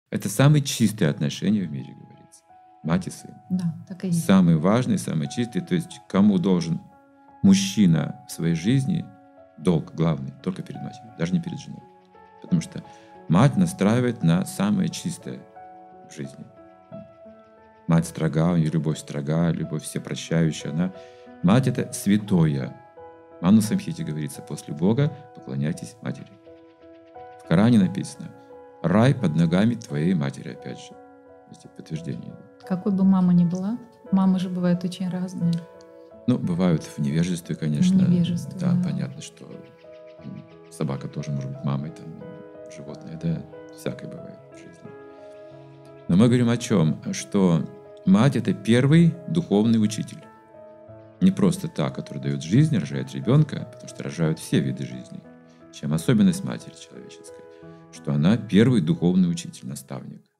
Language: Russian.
Это самые чистые отношения в мире, говорится. Мать и сын. Да, так и есть. Самые важные, самые чистые. То есть кому должен мужчина в своей жизни долг главный только перед матерью, даже не перед женой. Потому что мать настраивает на самое чистое в жизни. Мать строга, у нее любовь строга, любовь всепрощающая. Мать — это святое. В Манну Самхите говорится: после Бога поклоняйтесь матери. В Коране написано: рай под ногами твоей матери, опять же. Эти подтверждения. Какой бы мама ни была, мамы же бывают очень разные. Ну, бывают в невежестве, конечно. В невежестве, да, да. понятно, что собака тоже может быть мамой, там, животное, да, всякое бывает в жизни. Но мы говорим о чем? Что мать — это первый духовный учитель. Не просто та, которая дает жизнь, рожает ребенка, потому что рожают все виды жизни. Чем особенность матери человеческой? Что она первый духовный учитель, наставник.